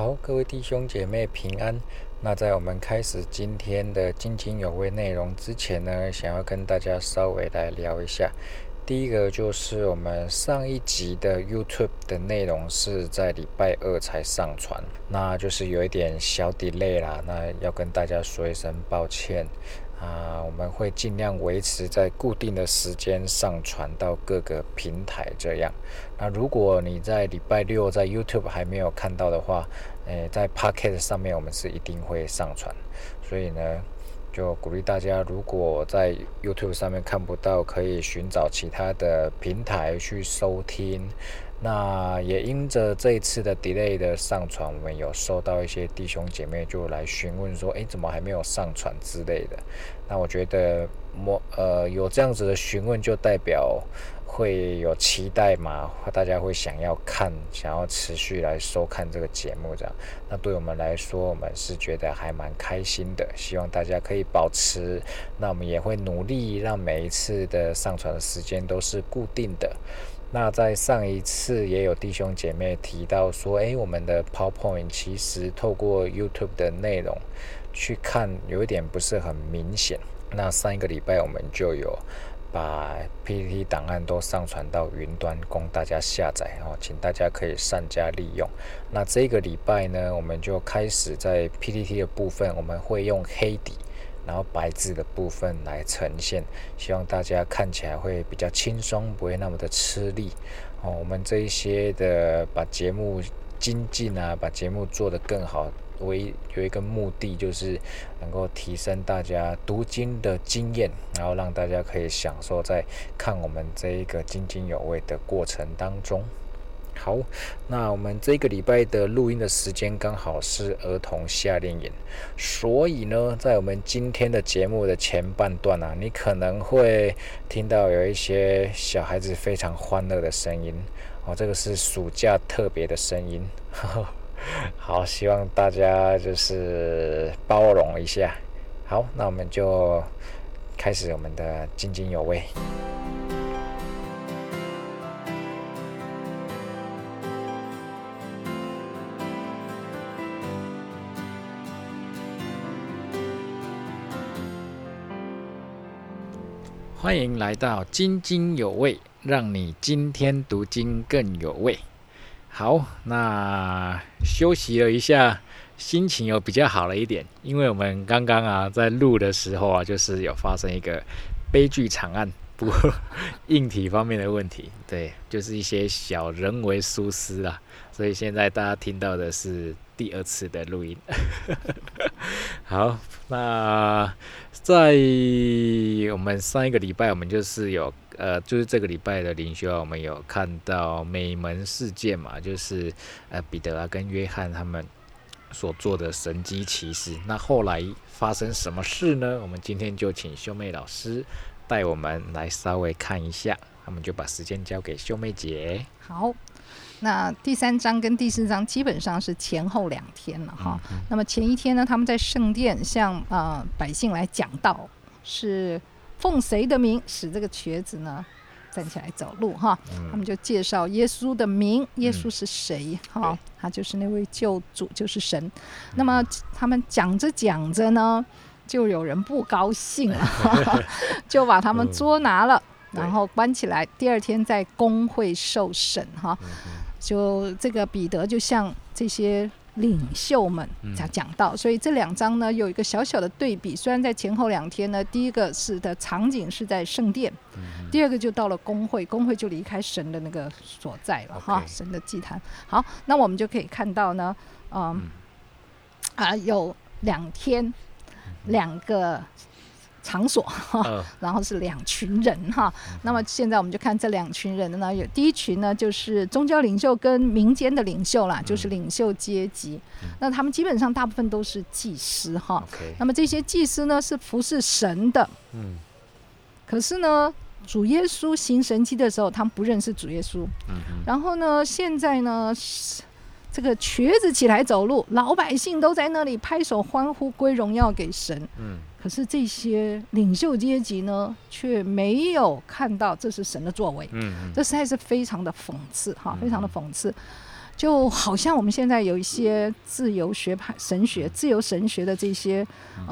好，各位弟兄姐妹平安。那在我们开始今天的津津有味内容之前呢，想要跟大家稍微来聊一下。第一个就是我们上一集的 YouTube 的内容是在礼拜二才上传，那就是有一点小 delay 啦，那要跟大家说一声抱歉。我们会尽量维持在固定的时间上传到各个平台这样。那如果你在礼拜六在 YouTube 还没有看到的话，在 Podcast 上面我们是一定会上传。所以呢，就鼓励大家，如果在 YouTube 上面看不到，可以寻找其他的平台去收听。那也因着这一次的 delay 的上传，我们有收到一些弟兄姐妹就来询问说，怎么还没有上传之类的。那我觉得有这样子的询问，就代表会有期待嘛，大家会想要看，想要持续来收看这个节目这样。那对我们来说，我们是觉得还蛮开心的，希望大家可以保持。那我们也会努力让每一次的上传的时间都是固定的。那在上一次也有弟兄姐妹提到说，我们的 PowerPoint 其实透过 YouTube 的内容去看有一点不是很明显。那上一个礼拜我们就有把 PPT 档案都上传到云端供大家下载，请大家可以善加利用。那这个礼拜呢，我们就开始在 PPT 的部分我们会用黑底然后白字的部分来呈现，希望大家看起来会比较轻松，不会那么的吃力。我们这一些的把节目精进把节目做得更好，有一个目的就是能够提升大家读经的经验，然后让大家可以享受在看我们这一个津津有味的过程当中。好，那我们这个礼拜的录音的时间刚好是儿童夏令营，所以呢，在我们今天的节目的前半段你可能会听到有一些小孩子非常欢乐的声音这个是暑假特别的声音。好，希望大家就是包容一下。好，那我们就开始我们的津津有味。欢迎来到津津有味，让你今天读经更有味。好，那休息了一下，心情有比较好了一点，因为我们刚刚在录的时候就是有发生一个悲剧惨案，不过硬体方面的问题，对，就是一些小人为疏失啦，所以现在大家听到的是第二次的录音。好，那在我们上一个礼拜，我们就是有就是这个礼拜的灵修我们有看到美门事件嘛，就是彼得跟约翰他们所做的神迹奇事。那后来发生什么事呢？我们今天就请秀妹老师带我们来稍微看一下，我们就把时间交给秀妹姐。 好，那第3章跟第4章基本上是前后2天了哈。那么前一天呢，他们在圣殿向百姓来讲道，是奉谁的名使这个瘸子呢站起来走路哈。他们就介绍耶稣的名，耶稣是谁哈？他就是那位救主，就是神。那么他们讲着讲着呢，就有人不高兴了，就把他们捉拿了。然后关起来，第2天在公会受审哈。就这个彼得就向这些领袖们讲到，所以这2章呢有一个小小的对比。虽然在前后2天呢，第一个是的场景是在圣殿，第二个就到了公会，公会就离开神的那个所在了哈，神的祭坛。好，那我们就可以看到呢，有2天2个场所然后是2群人哈。那么现在我们就看这2群人呢，有第一群呢就是宗教领袖跟民间的领袖啦，就是领袖阶级。那他们基本上大部分都是祭司哈。那么这些祭司呢是服侍神的，可是呢主耶稣行神迹的时候，他们不认识主耶稣。然后呢，现在呢这个瘸子起来走路，老百姓都在那里拍手欢呼，归荣耀给神。可是这些领袖阶级呢，却没有看到这是神的作为。这实在是非常的讽刺哈，非常的讽刺。 就好像我们现在有一些自由学派神学、自由神学的这些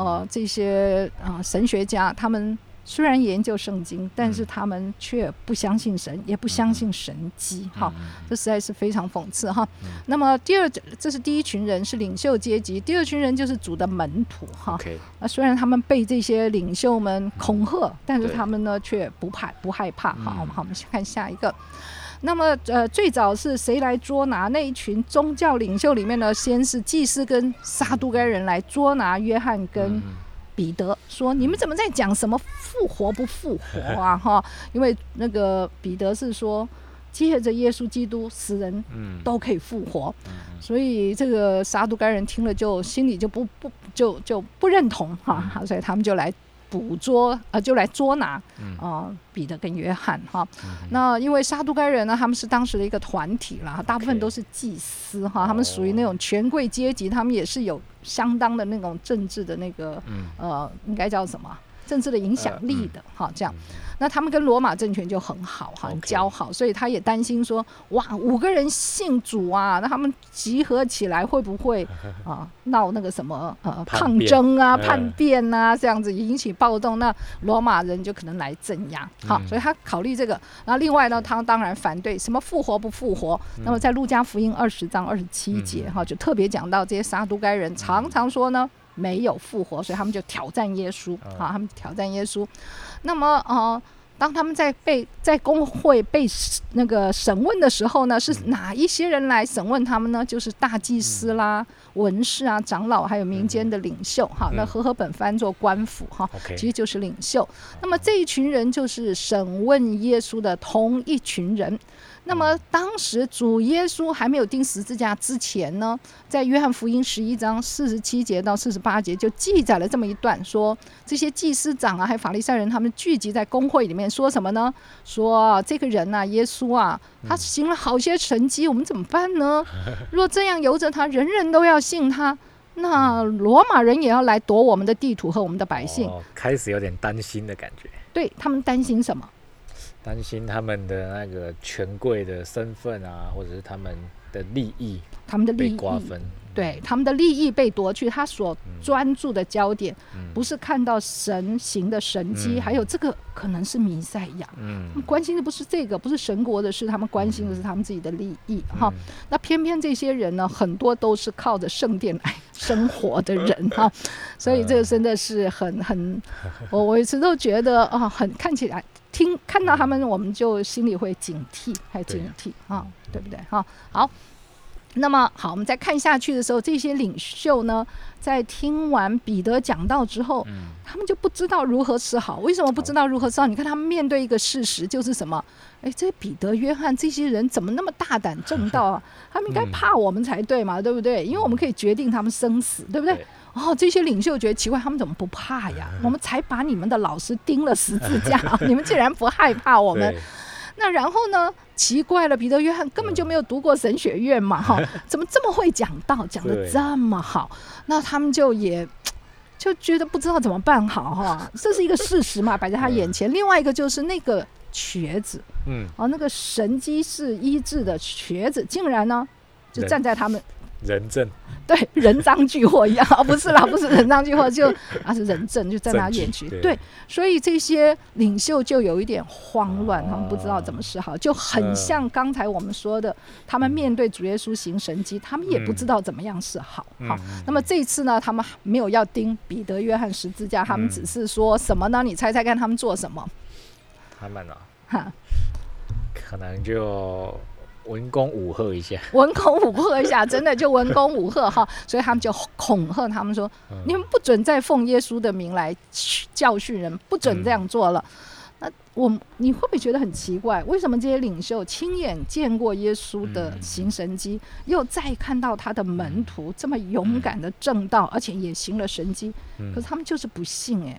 神学家，他们虽然研究圣经，但是他们却不相信神，也不相信神迹，哈，这实在是非常讽刺哈。那么这是第一群人，是领袖阶级；第二群人就是主的门徒哈。虽然他们被这些领袖们恐吓，但是他们呢却不害怕。好，我们看下一个。那么最早是谁来捉拿那一群宗教领袖里面呢？先是祭司跟撒都该人来捉拿约翰跟彼得，说你们怎么在讲什么复活不复活啊？哈，因为那个彼得是说借着耶稣基督死人都可以复活，所以这个撒都该人听了就心里就不认同哈，所以他们就来就来捉拿彼得跟约翰哈。那因为撒都该人呢，他们是当时的一个团体啦，大部分都是祭司哈，他们属于那种权贵阶级，他们也是有相当的那种政治的那个应该叫什么？政治的影响力的哈，这样，那他们跟罗马政权就很好哈，很交好，所以他也担心说，哇，5个人信主啊，那他们集合起来会不会闹那个什么抗争啊、叛变啊，这样子引起暴动，那罗马人就可能来镇压，好，所以他考虑这个。然后另外呢，他当然反对什么复活不复活。那么在路加福音20章27节哈，就特别讲到这些撒都该人常常说呢，没有复活，所以他们就挑战耶稣他们挑战耶稣。那么当他们在公会被那个审问的时候呢，是哪一些人来审问他们呢？就是大祭司啦、文士啊、长老，还有民间的领袖哈。那和合本翻作官府哈，其实就是领袖。那么这一群人就是审问耶稣的同一群人。那么当时主耶稣还没有钉十字架之前呢，在约翰福音11章47节到48节就记载了这么一段，说这些祭司长啊还有法利赛人他们聚集在公会里面，说什么呢？说这个人啊，耶稣啊，他行了好些神迹，我们怎么办呢？若这样由着他，人人都要信他，那罗马人也要来夺我们的地土和我们的百姓。 开始有点担心的感觉。 对，他们担心什么？ 担心他们的那个权贵的身份啊，或者是他们的利益被瓜分。 对，他们的利益被夺去，他所专注的焦点不是看到神行的神迹，还有这个可能是弥赛亚，关心的不是这个，不是神国的事，他们关心的是他们自己的利益哈。那偏偏这些人呢，很多都是靠着圣殿来生活的人哈，所以这个真的是很我一直都觉得很看起来看到他们，我们就心里会警惕，还警惕对不对哈？好。那么好，我们再看下去的时候，这些领袖呢，在听完彼得讲道之后，他们就不知道如何是好。为什么不知道如何是好？你看他们面对一个事实，就是什么？这彼得、约翰这些人怎么那么大胆正道啊？他们应该怕我们才对嘛，对不对？因为我们可以决定他们生死，对不对？这些领袖觉得奇怪，他们怎么不怕呀？我们才把你们的老师钉了十字架，你们竟然不害怕我们？那然后呢？奇怪了，彼得、约翰根本就没有读过神学院嘛，怎么这么会讲道，讲得这么好？那他们就觉得不知道怎么办好哈。这是一个事实嘛，摆在他眼前。另外一个就是那个瘸子，那个神迹式医治的瘸子，竟然呢就站在他们人证。 对，人赃俱获一样不是啦，不是人赃俱获，是人证，就在他眼前。对，所以这些领袖就有一点慌乱，他们不知道怎么是好，就很像刚才我们说的，他们面对主耶稣行神迹，他们也不知道怎么样是好。那么这一次呢，他们没有要钉彼得、约翰十字架，他们只是说什么呢？你猜猜看，他们做什么？ 他们可能就文攻武吓一下，真的就文攻武吓哈，所以他们就恐吓他们说，你们不准再奉耶稣的名来教训人，不准这样做了。那你会不会觉得很奇怪？为什么这些领袖亲眼见过耶稣的行神迹，又再看到他的门徒这么勇敢的正道，而且也行了神迹，可是他们就是不信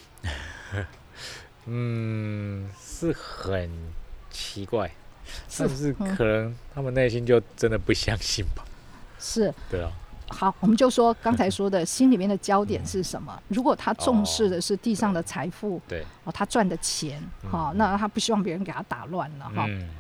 是很奇怪。但是可能他们内心就真的不相信吧。是，对啊。 好，我们就说刚才说的心里面的焦点是什么？如果他重视的是地上的财富，他赚的钱，那他不希望别人给他打乱了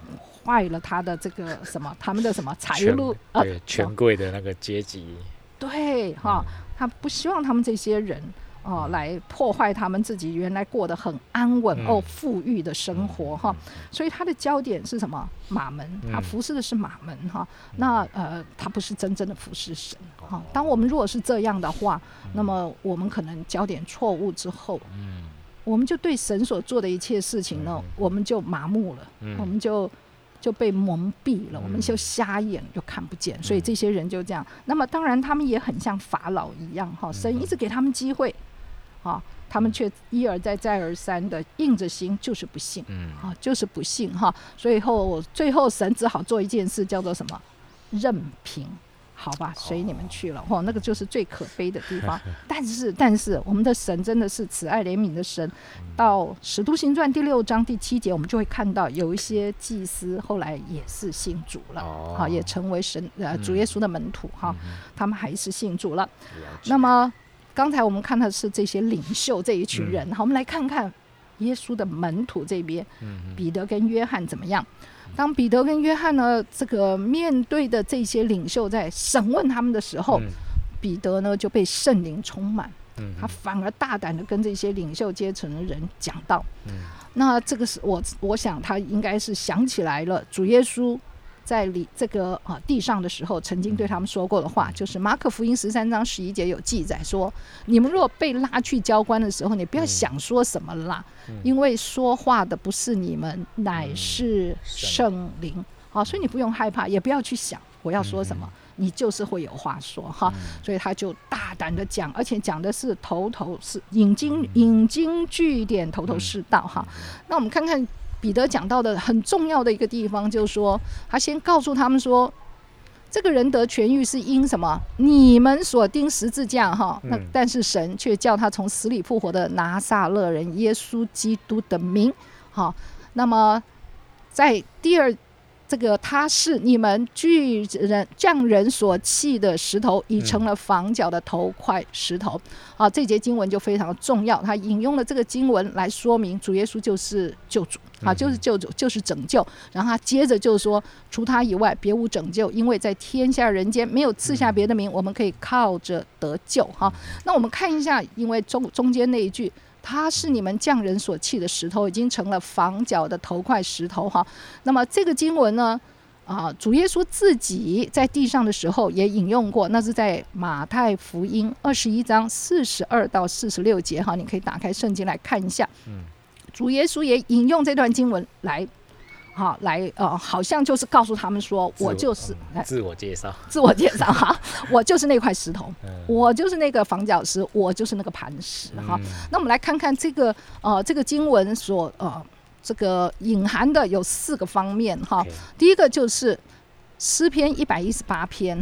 坏了他的这个什么，他们的什么财路对权贵的那个阶级， 对哈，他不希望他们这些人来破坏他们自己原来过得很安稳富裕的生活哈，所以他的焦点是什么？马门，他服侍的是马门哈。那他不是真正的服侍神哈。当我们如果是这样的话，那么我们可能焦点错误之后，我们就对神所做的一切事情呢，我们就麻木了，我们就被蒙蔽了，我们就瞎眼就看不见，所以这些人就这样。那么当然他们也很像法老一样哈，神一直给他们机会他们却一而再再而三的硬着心就是不信，就是不信哈，所以最后神只好做一件事，叫做什么？任凭，好吧，随你们去了那个就是最可悲的地方。但是我们的神真的是慈爱怜悯的神。到使徒行传第6章第7节，我们就会看到有一些祭司后来也是信主了，也成为主耶稣的门徒哈，他们还是信主了。那么刚才我们看的是这些领袖这一群人，我们来看看耶稣的门徒这边，彼得跟约翰怎么样？当彼得跟约翰呢，这个面对的这些领袖在审问他们的时候，彼得呢就被圣灵充满，他反而大胆的跟这些领袖阶层的人讲道。那这个是我想他应该是想起来了主耶稣在这个地上的时候曾经对他们说过的话，就是马可福音13章11节有记载说，你们若被拉去交官的时候，你不要想说什么啦，因为说话的不是你们，乃是圣灵。所以你不用害怕，也不要去想我要说什么，你就是会有话说哈。所以他就大胆的讲，而且讲的是头头是引经据典，头头是道哈。那我们看看彼得讲到的很重要的一个地方，就是说他先告诉他们说，这个人得痊愈是因什么？你们所钉十字架哈，那但是神却叫他从死里复活的拿撒勒人耶稣基督的名哈。那么在第二这个他是你们匠人所弃的石头，已成了房角的头块石头。这节经文就非常重要，他引用了这个经文来说明主耶稣就是救主就是救主，就是拯救。然后他接着就说，除他以外别无拯救，因为在天下人间没有赐下别的名，我们可以靠着得救那我们看一下，因为中间那一句，他是你们匠人所弃的石头，已经成了房角的头块石头那么这个经文呢主耶稣自己在地上的时候也引用过，那是在马太福音21章42到46节你可以打开圣经来看一下。主耶稣也引用这段经文来好像就是告诉他们说，我就是自我介绍我就是那块石头，我就是那个房角石，我就是那个磐石那我们来看看这个经文所这个隐含的有4个方面第一个就是诗篇118篇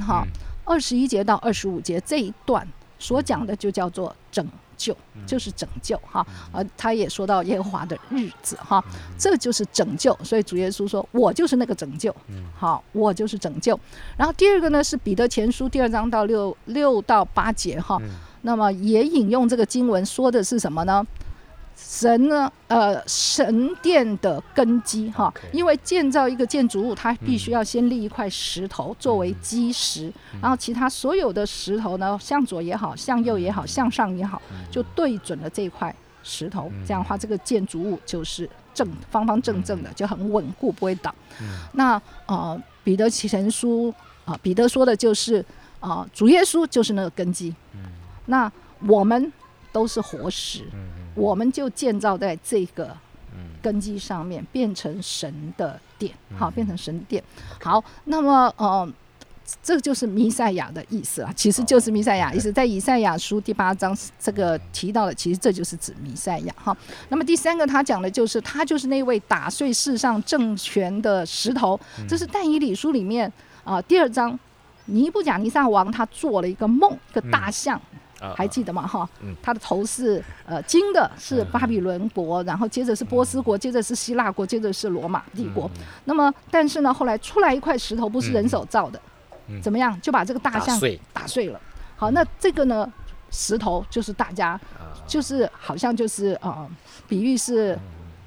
21节到25节这一段所讲的就叫做拯救，就是拯救他也说到耶和华的日子这就是拯救。所以主耶稣说，我就是那个拯救我就是拯救。然后第二个呢是彼得前书2章到6到8节那么也引用这个经文，说的是什么呢？神呢神殿的根基因为建造一个建筑物，它必须要先立一块石头作为基石，然后其他所有的石头呢，向左也好，向右也好，向上也好，就对准了这块石头，这样的话这个建筑物就是方方正正的，就很稳固，不会倒。那彼得前书彼得说的就是主耶稣就是那个根基，那我们都是活石，我们就建造在这个根基上面，变成神的殿变成神的殿。好，那么这就是弥赛亚的意思其实就是弥赛亚意思，在以赛亚书第8章这个提到的，其实这就是指弥赛亚那么第三个他讲的就是，他就是那位打碎世上政权的石头，这是但以理书里面第2章，尼布甲尼撒王他做了一个梦，一个大象还记得吗他的头是金的，是巴比伦国，然后接着是波斯国，接着是希腊国，接着是罗马帝国那么但是呢后来出来一块石头，不是人手造的怎么样，就把这个大象打碎了好，那这个呢石头就是大家就是好像就是比喻是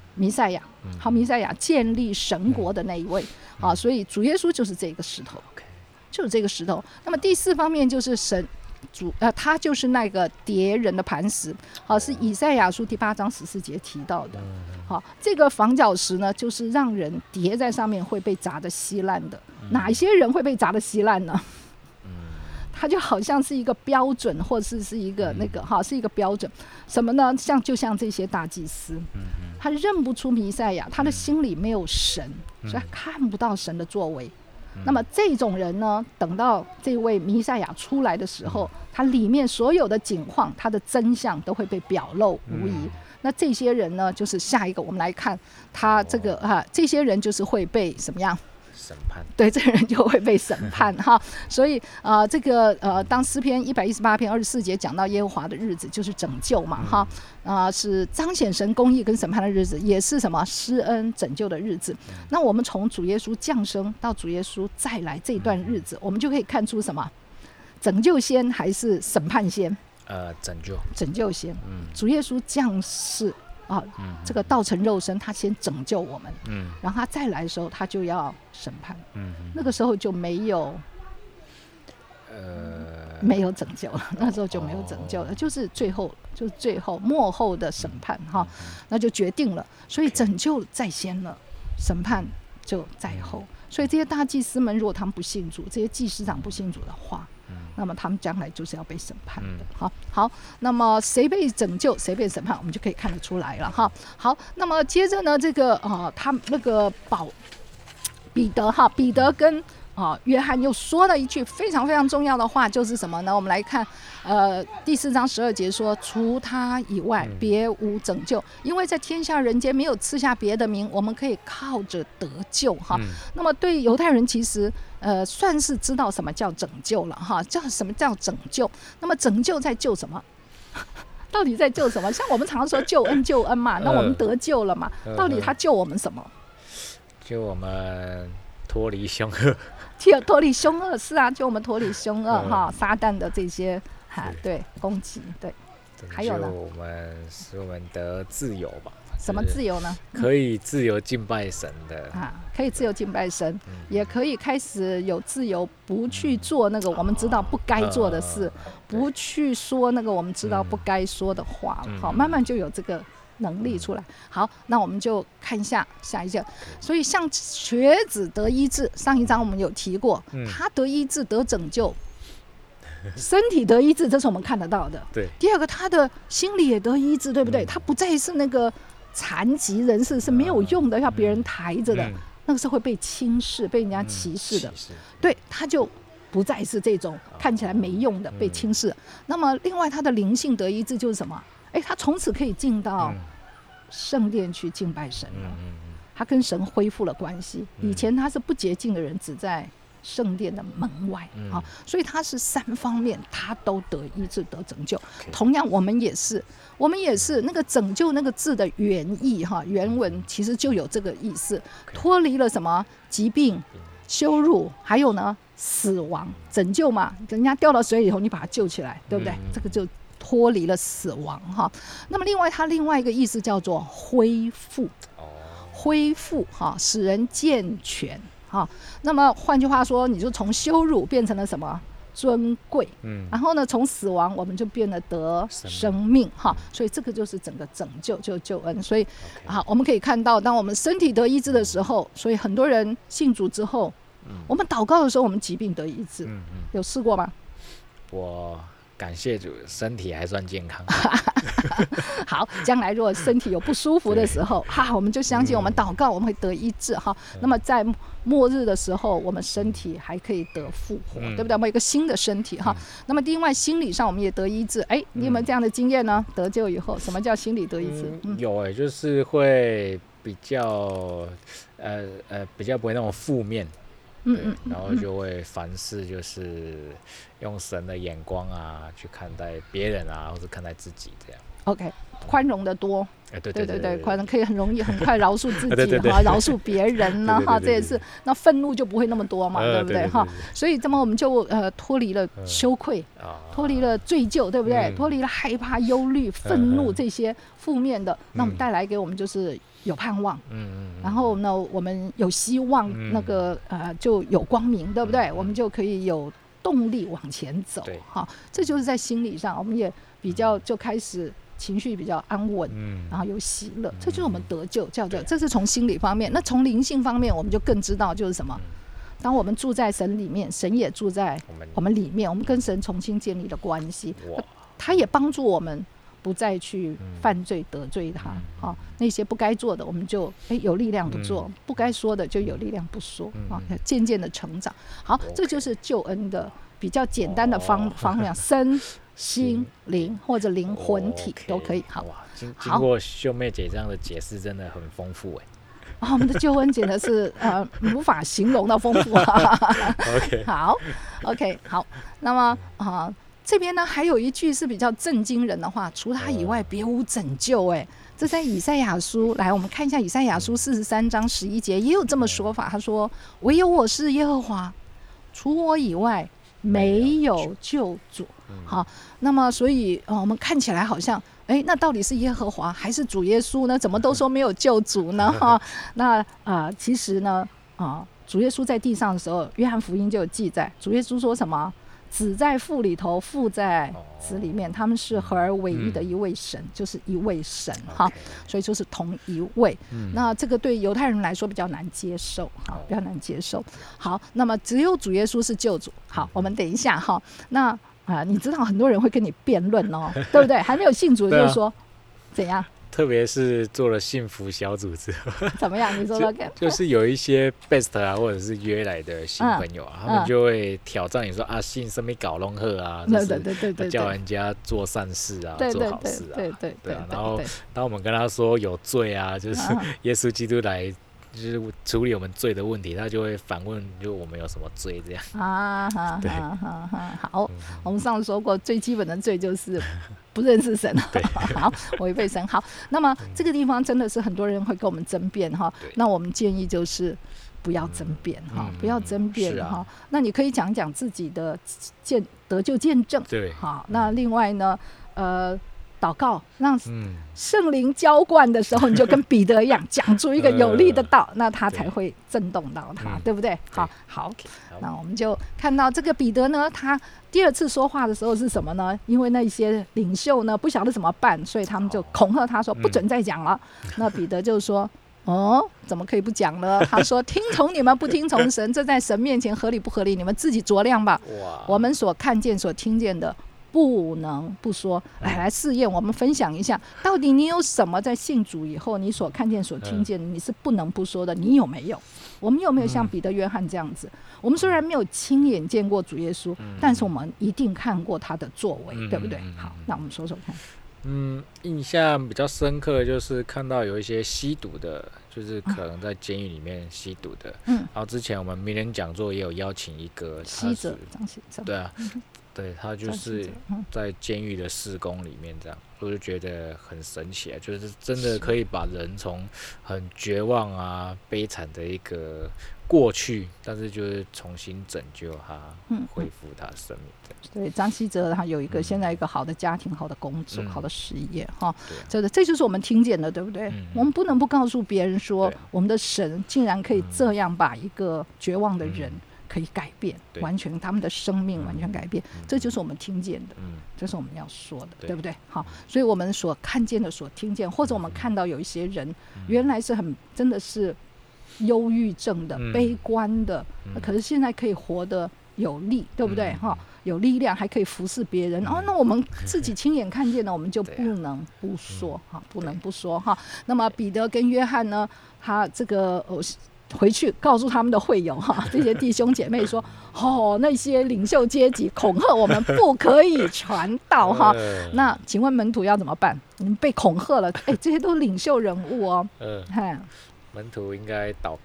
弥赛亚，好，弥赛亚建立神国的那一位，啊，所以主耶稣就是这个石头，就是这个石头。那么第4方面就是神他就是那个叠人的磐石，好，是以赛亚书第8章14节提到的。好，这个房角石呢，就是让人叠在上面会被砸得稀烂的。哪一些人会被砸得稀烂呢？它就好像是一个标准，或者是一个那个是一个标准。什么呢？就像这些大祭司，他认不出弥赛亚，他的心里没有神，所以他看不到神的作为。那么这种人呢，等到这位弥赛亚出来的时候，他里面所有的景况，他的真相都会被表露无遗。那这些人呢，就是下一个我们来看他这个这些人就是会被什么样审判？对， 这人就会被审判哈。所以这个当诗篇118篇24节讲到耶和华的日子，就是拯救嘛哈是彰显神公义跟审判的日子，也是什么施恩拯救的日子。那我们从主耶稣降生到主耶稣再来这段日子，我们就可以看出什么？拯救先还是审判先？拯救先。主耶稣降世这个道成肉身，他先拯救我们，然后他再来的时候，他就要审判，那个时候就没有拯救了，那时候就没有拯救了，就是最后末后的审判那就决定了，所以拯救在先了，审判就在后。所以这些大祭司们，如果他们不信主，这些祭司长不信主的话，那么他们将来就是要被审判的。好，那么谁被拯救，谁被审判，我们就可以看得出来了哈。好，那么接着呢，这个他那个彼得跟约翰又说了一句非常非常重要的话，就是什么呢？我们来看第4章12节说，除他以外别无拯救，因为在天下人间没有赐下别的名，我们可以靠着得救哈。那么对犹太人其实算是知道什么叫拯救了哈，什么叫拯救？那么拯救在救什么？到底在救什么？像我们常说救恩嘛，那我们得救了嘛，到底他救我们什么？ 救我们脱离凶恶。 脱离凶恶，是啊，就我们脱离凶恶撒旦的这些对攻击，对，还有呢， 使我们得自由吧？ 什么自由呢？ 可以自由敬拜神的可以自由敬拜神，也可以开始有自由，不去做那个我们知道不该做的事，不去说那个我们知道不该说的话好，慢慢就有这个能力出来。好，那我们就看一下下一件。所以像瘸子得医治，上一章我们有提过，他得医治得拯救，身体得医治，这是我们看得到的。 对。 第二个，他的心理也得医治，对不对？他不再是那个残疾人士，是没有用的，要别人抬着的，那个是会被轻视、被人家歧视的。对，他就不再是这种看起来没用的被轻视。那么另外，他的灵性得医治就是什么？他从此可以进到圣殿去敬拜神了，他跟神恢复了关系。以前他是不洁净的人，只在圣殿的门外所以他是3方面他都得医治得拯救。同样我们也是那个拯救那个字的原意原文其实就有这个意思，脱离了什么疾病、羞辱，还有呢死亡。拯救嘛，人家掉到水里以后你把他救起来，对不对？这个就脱离了死亡那么另外它另外一个意思叫做恢复，使人健全那么换句话说，你就从羞辱变成了什么？尊贵。然后呢，从死亡我们就变得得生命所以这个就是整个拯救，就是救恩。所以我们可以看到，当我们身体得医治的时候，所以很多人信主之后，我们祷告的时候，我们疾病得医治。有试过吗？ 我感谢主，身体还算健康。 好，将来如果身体有不舒服的时候我们就相信我们祷告我们会得医治那么在末日的时候，我们身体还可以得复活，对不对？我们有一个新的身体那么另外心理上我们也得医治。你有没有这样的经验呢？得救以后什么叫心理得医治？ 有就是会比较不会那种负面。然后就会凡事就是用神的眼光去看待别人或者看待自己这样。 OK， 宽容的多。 对， 可能可以很容易很快饶恕自己对饶恕别人呢哈，这也是那愤怒就不会那么多嘛，对不对哈？所以这么我们就脱离了羞愧，脱离了罪疚，对不对？脱离了害怕、忧虑、愤怒这些负面的，那我们带来给我们就是有盼望，然后呢，我们有希望，那个就有光明，对不对？我们就可以有动力往前走，哈，这就是在心理上，我们也比较就开始。情绪比较安稳，然后有喜乐，这就是我们得救，这是从心理方面。那从灵性方面，我们就更知道就是什么。当我们住在神里面，神也住在我们里面，我们跟神重新建立了关系，他也帮助我们不再去犯罪得罪他。那些不该做的，我们就有力量不做；不该说的，就有力量不说。渐渐的成长。好，这就是救恩的比较简单的方向，身心灵或者灵魂体都可以。好， 经过秀妹姐这样的解释，真的很丰富我们的救恩简直是无法形容的丰富 OK， 好 ，OK， 好。那么这边呢还有一句是比较震惊人的话，除他以外别无拯救。这在以赛亚书，来我们看一下以赛亚书43章11节也有这么说法，他说：“唯有我是耶和华，除我以外没有救主。”好，那么所以我们看起来好像那到底是耶和华还是主耶稣呢？怎么都说没有救主呢？那其实呢主耶稣在地上的时候，约翰福音就有记载，主耶稣说什么？子在父里头，父在子里面，他们是合而为一的一位神，就是一位神哈，所以就是同一位。那这个对犹太人来说比较难接受，比较难接受。好，那么只有主耶稣是救主。好，我们等一下哈。那你知道很多人会跟你辩论对不对？还没有信主就是说怎样？ 特别是做了幸福小组之后， 怎么样？你说说看。 就是有一些 best 或者是约来的新朋友他们就会挑战你说信什么搞弄喝对，叫人家做善事做好事对，然后当我们跟他说有罪就是耶稣基督来。就是处理我们罪的问题，他就会反问，就我们有什么罪这样好，我们上次说过，最基本的罪就是不认识神，好，违背神。好，那么这个地方真的是很多人会跟我们争辩那我们建议就是不要争辩不要争辩那你可以讲讲自己的得救见证， 对， 好，那另外呢，祷告，让圣灵浇灌的时候，你就跟彼得一样讲出一个有力的道，那他才会震动到他，对不对？好，那我们就看到这个彼得呢，他第二次说话的时候是什么呢？因为那些领袖呢不晓得怎么办，所以他们就恐吓他说不准再讲了。那彼得就说：“怎么可以不讲呢？”他说：“听从你们不听从神，这在神面前合理不合理？你们自己酌量吧。我们所看见、所听见的。”不能不说，来试验，我们分享一下，到底你有什么在信主以后，你所看见、所听见的，你是不能不说的，你有没有？我们有没有像彼得、约翰这样子？我们虽然没有亲眼见过主耶稣，但是我们一定看过他的作为，对不对？好，那我们说说看。 印象比较深刻的就是看到有一些吸毒的，就是可能在监狱里面吸毒的。然后之前我们名人讲座也有邀请一个吸者张吸者， 对啊。对，他就是在监狱的事工里面这样，我就觉得很神奇就是真的可以把人从很绝望悲惨的一个过去，但是就是重新拯救他，恢复他的生命。 对，张希哲他有现在一个好的家庭、好的工作、好的事业这就是我们听见的，对不对？我们不能不告诉别人说，我们的神竟然可以这样把一个绝望的人。可以改变，完全他们的生命完全改变，这就是我们听见的，这是我们要说的，对不对？好，所以我们所看见的、所听见，或者我们看到有一些人原来是真的是忧郁症的、悲观的，可是现在可以活得有力，对不对？有力量，还可以服侍别人。那我们自己亲眼看见的，我们就不能不说不能不说那么彼得跟约翰呢，他这个回去告诉他们的会友这些弟兄姐妹说那些领袖阶级恐吓我们不可以传道那请问门徒要怎么办？你们被恐吓了这些都是领袖人物门徒应该祷告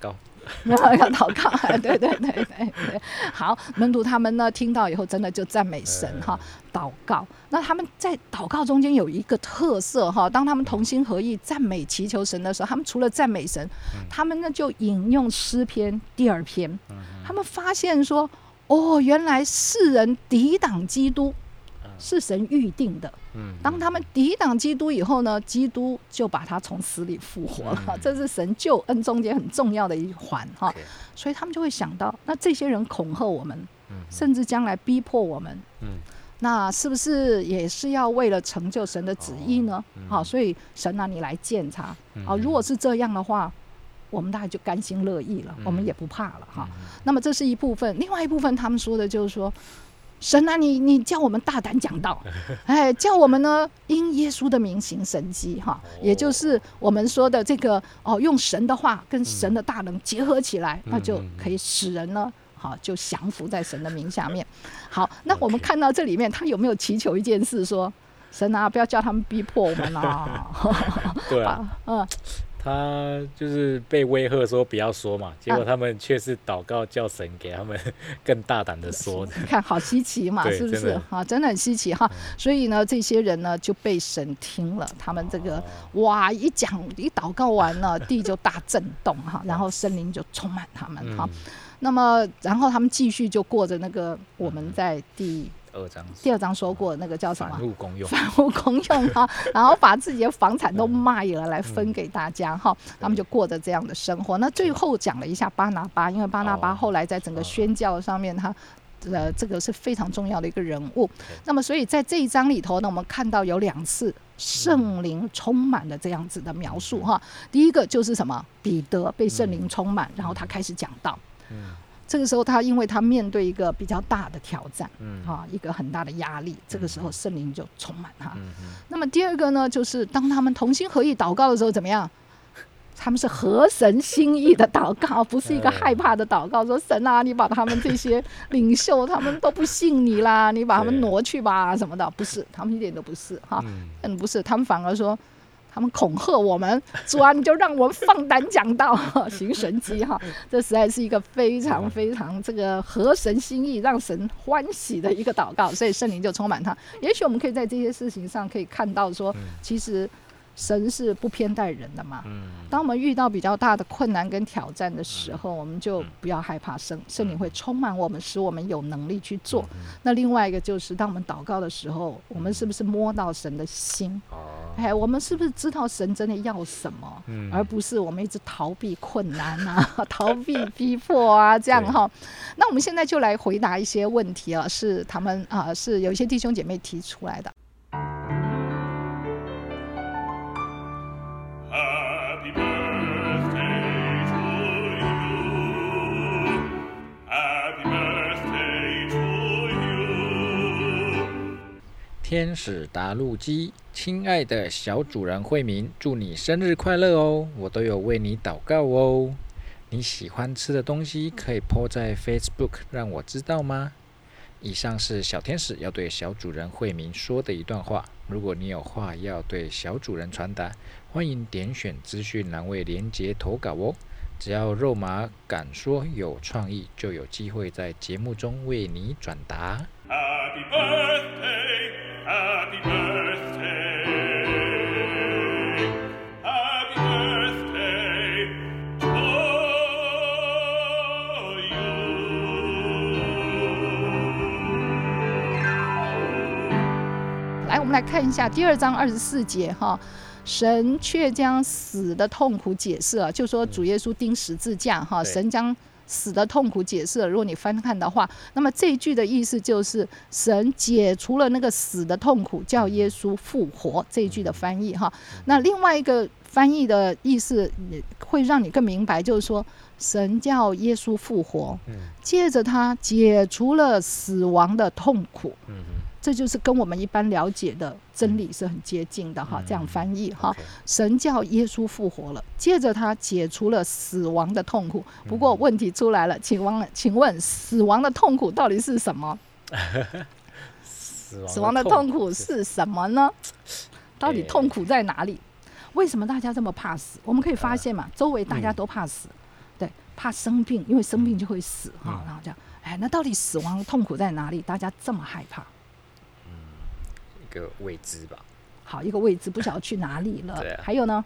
要祷告，对对对对对。好，门徒他们呢听到以后，真的就赞美神哈，祷告。那他们在祷告中间有一个特色哈，当他们同心合意赞美祈求神的时候，他们除了赞美神，他们呢就引用诗篇第2篇，他们发现说，哦，原来世人抵挡基督是神预定的。当他们抵挡基督以后呢，基督就把他从死里复活了，这是神救恩中间很重要的一环哈。所以他们就会想到，那这些人恐吓我们，甚至将来逼迫我们，那是不是也是要为了成就神的旨意呢？好，所以神啊，你来鉴察。好，如果是这样的话，我们大概就甘心乐意了，我们也不怕了哈。那么这是一部分，另外一部分他们说的就是说，神啊，你叫我们大胆讲道，叫我们呢因耶稣的名行神迹哈，也就是我们说的这个用神的话跟神的大能结合起来，那就可以使人呢就降服在神的名下面。好，那我们看到这里面，他有没有祈求一件事说，神啊，不要叫他们逼迫我们啊？ 对啊，他就是被威吓说不要说嘛，结果他们却是祷告叫神给他们更大胆的说。 你看好稀奇嘛，是不是真的很稀奇哈。所以呢，这些人呢就被神听了，他们这个哇一祷告完了，地就大震动哈，然后圣灵就充满他们哈。那么然后他们继续就过着那个我们在第2章说过那个叫什么？反物公用哈，然后把自己的房产都卖了来分给大家哈，他们就过着这样的生活。那最后讲了一下巴拿巴，因为巴拿巴后来在整个宣教上面他这个是非常重要的一个人物。那么所以在这一章里头呢，我们看到有2次圣灵充满的这样子的描述哈。第一个就是什么？彼得被圣灵充满，然后他开始讲道。这个时候他因为他面对一个比较大的挑战，一个很大的压力，这个时候圣灵就充满他。那么第二个呢，就是当他们同心合意祷告的时候怎么样？他们是合神心意的祷告，不是一个害怕的祷告，说神啊，你把他们这些领袖他们都不信你啦，你把他们挪去吧什么的，不是，他们一点都不是哈，不是，他们反而说，他们恐吓我们，主啊，你就让我们放胆讲道，行神迹哈。这实在是一个非常非常这个合神心意、让神欢喜的一个祷告，所以圣灵就充满他。也许我们可以在这些事情上可以看到说，其实神是不偏待人的嘛。当我们遇到比较大的困难跟挑战的时候，我们就不要害怕，圣灵会充满我们，使我们有能力去做。那另外一个就是，当我们祷告的时候，我们是不是摸到神的心？我们是不是知道神真的要什么，而不是我们一直逃避困难啊，逃避逼迫啊，这样哈。那我们现在就来回答一些问题啊，是他们是有一些弟兄姐妹提出来的。 天使答录机，亲爱的小主人慧明，祝你生日快乐哦！我都有为你祷告哦。你喜欢吃的东西可以 po 在 Facebook 让我知道吗？以上是小天使要对小主人慧明说的一段话。如果你有话要对小主人传达，欢迎点选资讯栏位连结投稿哦。只要肉麻敢说有创意，就有机会在节目中为你转达。Happy birthday, happy birthday, happy birthday to you. 来，我们来看一下第2章24节哈。神却将死的痛苦解释了，就说主耶稣钉十字架哈，神将死的痛苦解释了。如果你翻看的话，那么这一句的意思就是神解除了那个死的痛苦，叫耶稣复活。这一句的翻译哈，那另外一个翻译的意思会让你更明白，就是说神叫耶稣复活，借着他解除了死亡的痛苦。这就是跟我们一般了解的真理是很接近的哈，这样翻译哈。神叫耶稣复活了，借着他解除了死亡的痛苦。不过问题出来了，请问死亡的痛苦到底是什么？死亡的痛苦是什么呢？到底痛苦在哪里？为什么大家这么怕死？我们可以发现嘛，周围大家都怕死。对， 怕生病，因为生病就会死哈，然后这样，那到底死亡的痛苦在哪里？大家这么害怕？ 一个未知吧。 好，一个未知，不晓得去哪里了。 对啊。 还有呢？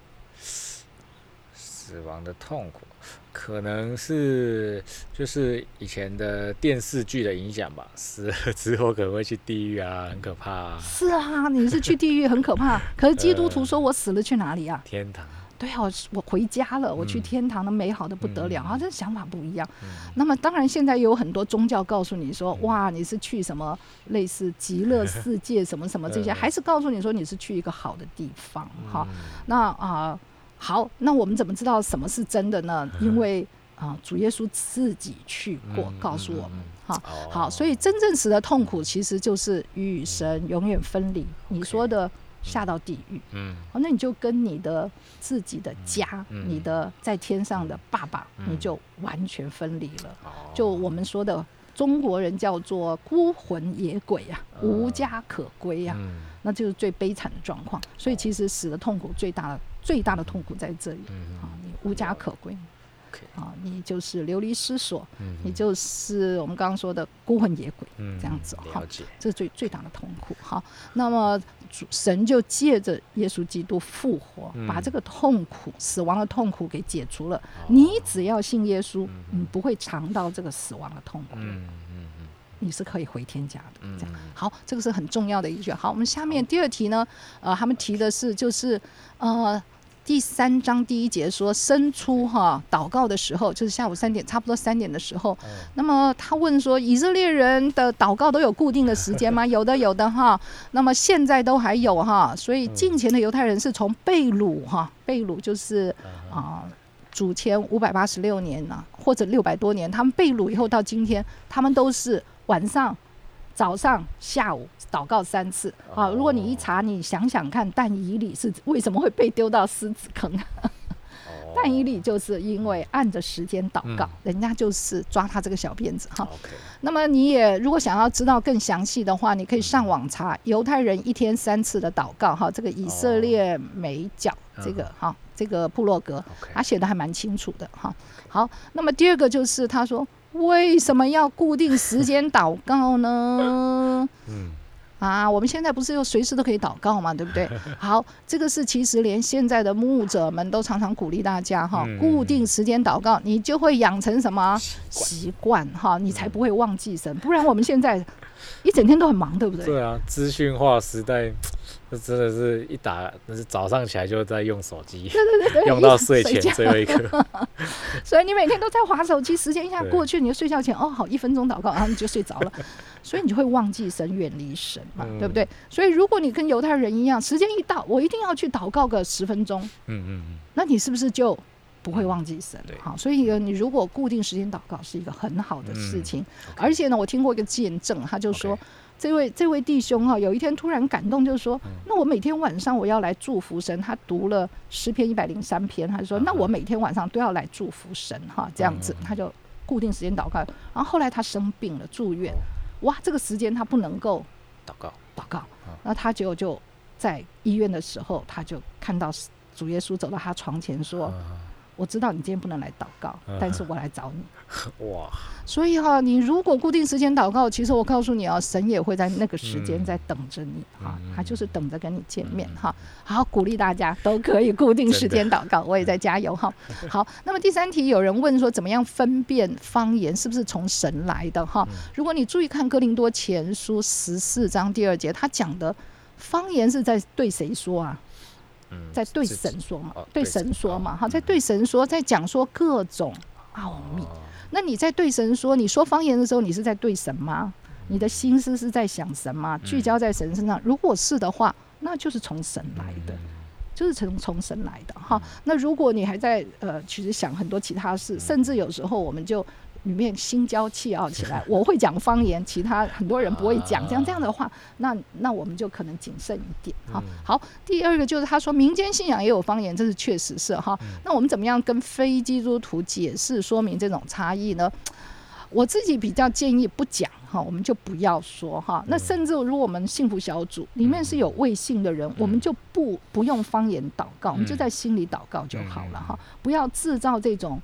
死亡的痛苦，可能是就是以前的电视剧的影响吧，死了之后可能会去地狱啊，很可怕啊。 是啊，你是去地狱很可怕，可是基督徒说我死了去哪里啊？ 天堂。 对啊，我回家了，我去天堂，那美好的不得了啊！这想法不一样。那么当然，现在有很多宗教告诉你说，哇，你是去什么类似极乐世界什么什么这些，还是告诉你说你是去一个好的地方哈。那好，那我们怎么知道什么是真的呢？因为主耶稣自己去过，告诉我们。好，所以真正死的痛苦其实就是与神永远分离。你说的下到地狱，那你就跟你的自己的家，你的在天上的爸爸，你就完全分离了。就我们说的中国人叫做孤魂野鬼啊，无家可归啊，那就是最悲惨的状况。所以其实死的痛苦最大的痛苦在这里你无家可归。你就是流离失所，你就是我们刚刚说的孤魂野鬼，这样子这是最大的痛苦。那么神就借着耶稣基督复活，把这个痛苦、死亡的痛苦给解除了。你只要信耶稣，你不会尝到这个死亡的痛苦，你是可以回天家的。这样好，这个是很重要的一句。好，我们下面第二题呢，他们提的是就是第3章第1节说，生出祷告的时候，就是下午3点，差不多3点的时候。那么他问说，以色列人的祷告都有固定的时间吗？有的哈。那么现在都还有哈。所以近前的犹太人是从被掳被掳就是主前586年或者600多年，他们被掳以后到今天，他们都是晚上、早上、下午祷告3次如果你一查，你想想看，但以理是为什么会被丢到狮子坑？但以理就是因为按着时间祷告，人家就是抓他这个小辫子那么你也如果想要知道更详细的话，你可以上网查犹太人1天3次的祷告这个以色列美角这个部落格，他写的还蛮清楚的好，那么第二个就是他说，为什么要固定时间祷告呢？我们现在不是又随时都可以祷告嘛，对不对？好，这个是其实连现在的牧者们都常常鼓励大家固定时间祷告，你就会养成什么习惯你才不会忘记神。不然我们现在一整天都很忙，对不对？ 对啊，资讯化时代，这真的是那是早上起来就在用手机， 对， 用到睡前最后一刻。 所以你每天都在滑手机，时间一下过去，你就睡觉前好1分钟祷告，然后你就睡着了，所以你就会忘记神，远离神嘛，对不对？所以如果你跟犹太人一样，时间一到，我一定要去祷告个10分钟，那你是不是就不会忘记神？所以你如果固定时间祷告是一个很好的事情。而且呢，我听过一个见证，他就说这位弟兄有一天突然感动，就是说那我每天晚上我要来祝福神。他读了诗篇103篇，他就说那我每天晚上都要来祝福神这样子，他就固定时间祷告。然后后来他生病了，住院，这个时间他不能够祷告，然后他就在医院的时候，他就看到主耶稣走到他床前说，我知道你今天不能来祷告，但是我来找你。所以你如果固定时间祷告，其实我告诉你神也会在那个时间在等着你他就是等着跟你见面好，鼓励大家都可以固定时间祷告，我也在加油好，那么第3题有人问说，怎么样分辨方言是不是从神来的如果你注意看哥林多前书14章第2节，他讲的方言是在对谁说在对神说嘛，对神说嘛在对神说，在讲说各种奥秘。那你在对神说，你说方言的时候，你是在对神吗？你的心思是在想神吗？聚焦在神身上，如果是的话，那就是从神来的，就是从神来的那如果你还在其实想很多其他事，甚至有时候我们就里面心焦气傲起来，我会讲方言，其他很多人不会讲，这样的话，那我们就可能谨慎一点好，第二个就是他说民间信仰也有方言，这是确实是那我们怎么样跟非基督徒解释说明这种差异呢？我自己比较建议不讲我们就不要说那甚至如果我们幸福小组里面是有未信的人，我们就不用方言祷告，我们就在心里祷告就好了不要制造这种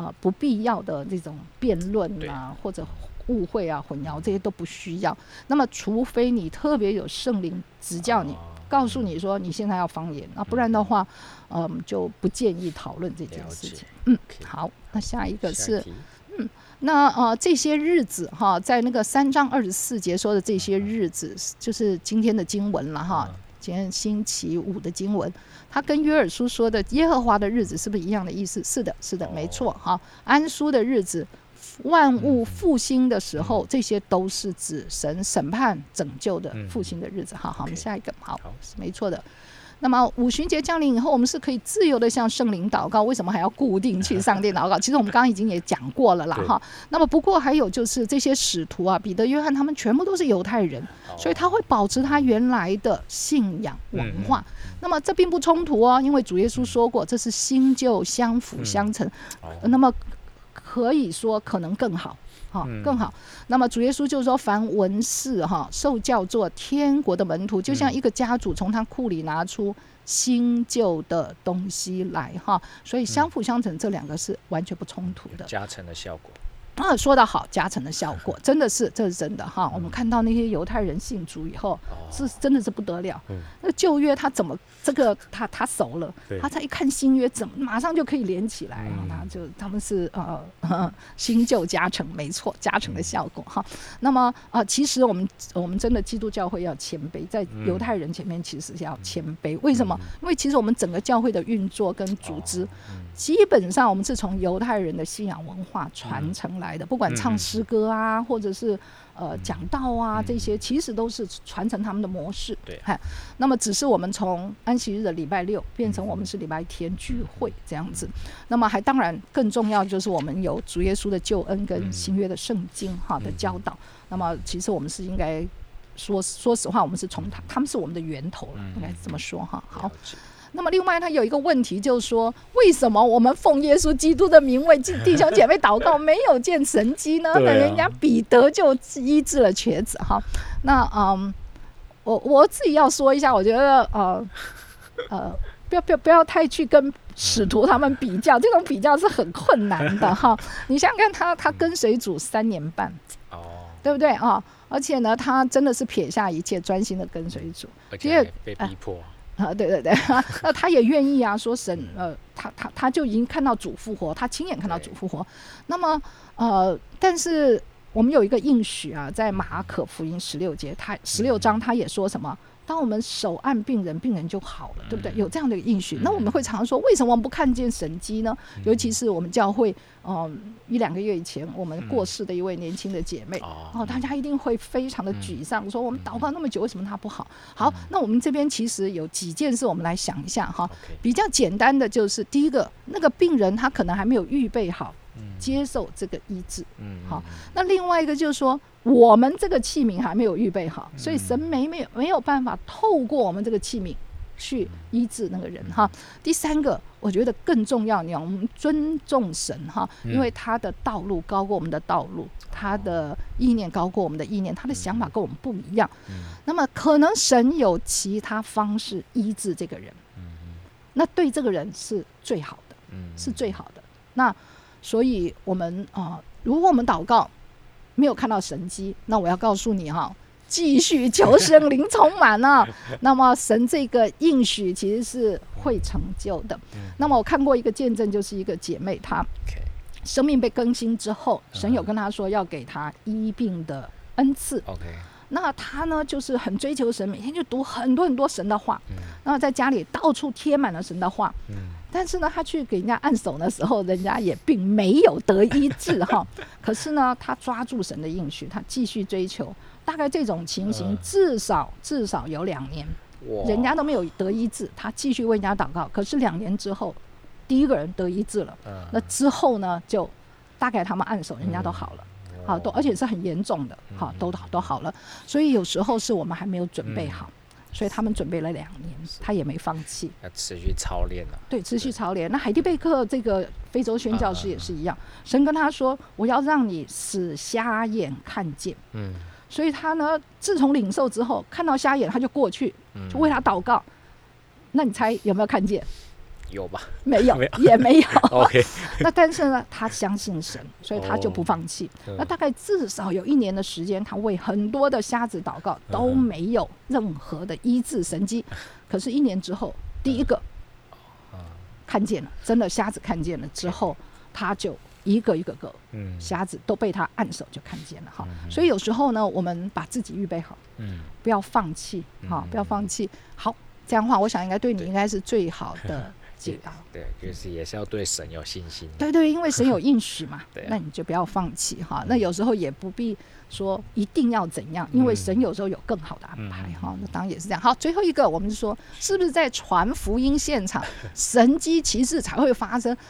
不必要的这种辩论啊，或者误会啊、混淆，这些都不需要。那么除非你特别有圣灵指教你，告诉你说你现在要方言，不然的话就不建议讨论这件事情。好，那下一个是那这些日子哈，在那个3章24节说的这些日子，就是今天的经文了哈。今天星期5的经文，他跟约珥书说的耶和华的日子是不是一样的意思？是的，是的，没错哈。安舒的日子，万物复兴的时候，这些都是指神审判拯救的复兴的日子。好，我们下一个，好，是没错的。那么五旬节降临以后，我们是可以自由的向圣灵祷告，为什么还要固定去上殿祷告？其实我们刚刚已经也讲过了啦哈。那么不过还有就是这些使徒啊，彼得、约翰他们全部都是犹太人，所以他会保持他原来的信仰文化。那么这并不冲突哦，因为主耶稣说过，这是新旧相辅相成。那么可以说可能更好。更好。那么主耶稣就说，凡文士受教做天国的门徒，就像一个家主从他库里拿出新旧的东西来所以相辅相成，这两个是完全不冲突的， 加成的效果。 说得好，加成的效果真的是，这是真的我们看到那些犹太人信主以后，是真的是不得了。那旧约他怎么这个他熟了，他才一看新约，怎么马上就可以连起来。他们是新旧加成，没错，加成的效果那么其实我们真的基督教会要谦卑，在犹太人前面其实是要谦卑。为什么？因为其实我们整个教会的运作跟组织，基本上我们是从犹太人的信仰文化传承来的，不管唱诗歌啊，或者是讲道啊，这些其实都是传承他们的模式。那么只是我们从安息日的礼拜六变成我们是礼拜天聚会这样子。那么还当然更重要就是我们有主耶稣的救恩跟新约的圣经的教导。那么其实我们是应该说实话，我们是从他们是我们的源头了，应该这么说好。那么另外他有一个问题，就是说为什么我们奉耶稣基督的名为弟兄姐妹祷告没有见神迹呢？那人家彼得就医治了瘸子那我自己要说一下，我觉得不要太去跟使徒他们比较，这种比较是很困难的你想想看，他跟随主3年半对不对而且呢他真的是撇下一切专心的跟随主， 而且被逼迫对那他也愿意说神他就已经看到主复活，他亲眼看到主复活。那么但是我们有一个应许在马可福音16章他也说什么，当我们手按病人就好了，对不对？有这样的应许。那我们会常说，为什么我们不看见神迹呢？尤其是我们教会1-2个月以前我们过世的一位年轻的姐妹大家一定会非常的沮丧，说我们祷告那么久，为什么她不好？好，那我们这边其实有几件事我们来想一下比较简单的就是第一个，那个病人他可能还没有预备好接受这个医治那另外一个就是说，我们这个器皿还没有预备好，所以神没有办法透过我们这个器皿去医治那个人第三个，我觉得更重要，我们尊重神因为他的道路高过我们的道路，他的意念高过我们的意念，他的想法跟我们不一样那么可能神有其他方式医治这个人那对这个人是最好的是最好的。那所以我们如果我们祷告没有看到神迹，那我要告诉你继续求圣灵充满那么神这个应许其实是会成就的那么我看过一个见证，就是一个姐妹她生命被更新之后，神有跟她说要给她医病的恩赐那她呢就是很追求神，每天就读很多很多神的话那么在家里到处贴满了神的话但是呢他去给人家按手的时候，人家也并没有得医治可是呢他抓住神的应许，他继续追求，大概这种情形至少有2年人家都没有得医治，他继续为人家祷告，可是2年之后第一个人得医治了那之后呢就大概他们按手人家都好了而且是很严重的都好了。所以有时候是我们还没有准备好所以他们准备了2年，他也没放弃， 要持续操练对，持续操练。那海蒂贝克这个非洲宣教师也是一样神跟他说，我要让你使瞎眼看见所以他呢自从领受之后，看到瞎眼他就过去就为他祷告那你猜有没有看见？ 有吧？ 没有，也没有。 OK， 那但是呢，他相信神，所以他就不放弃。那大概至少有1年的时间，他为很多的瞎子祷告，都没有任何的医治神迹。可是1年之后，第一个看见了，真的瞎子看见了之后，他就一个瞎子都被他按手就看见了哈。所以有时候呢，我们把自己预备好，不要放弃哈，不要放弃。好，这样的话，我想应该对你应该是最好的解答。 对，就是也是要对神有信心。 对，因为神有应许嘛，那你就不要放弃哈。那有时候也不必说一定要怎样，因为神有时候有更好的安排哈。那当然也是这样。好，最后一个，我们说是不是在传福音现场，神迹奇事才会发生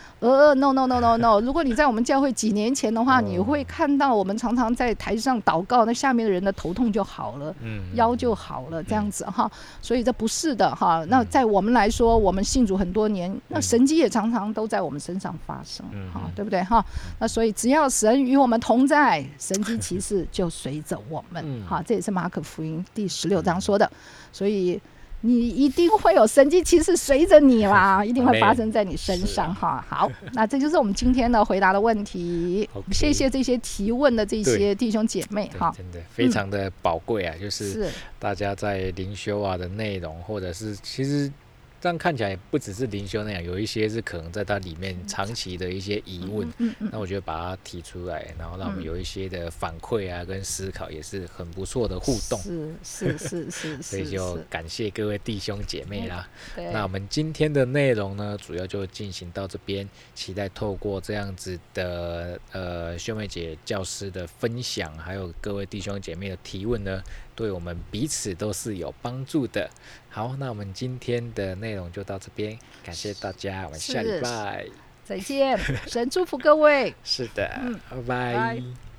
？No。如果你在我们教会几年前的话，你会看到我们常常在台上祷告，那下面的人的头痛就好了，腰就好了，这样子哈。所以这不是的哈。那在我们来说，我们信主很多年，那神迹也常常都在我们身上发生，哈，对不对哈？那所以只要神与我们同在，神迹奇事就随着我们，哈，这也是马可福音第16章说的。所以你一定会有神迹奇事随着你啦，一定会发生在你身上哈。好，那这就是我们今天的回答的问题。谢谢这些提问的这些弟兄姐妹哈， 真的非常的宝贵啊，就是大家在灵修啊的内容，或者是其实这样看起来也不只是灵修那样，有一些是可能在它里面长期的一些疑问，那我觉得把它提出来，然后让我们有一些的反馈啊跟思考，也是很不错的互动。 是， 所以就感谢各位弟兄姐妹啦。那我们今天的内容呢，主要就进行到这边，期待透过这样子的秀妹姐教师的分享，还有各位弟兄姐妹的提问呢，对我们彼此都是有帮助的。好，那我们今天的内容就到这边，感谢大家，我们下礼拜再见，神祝福各位。 是的，拜拜。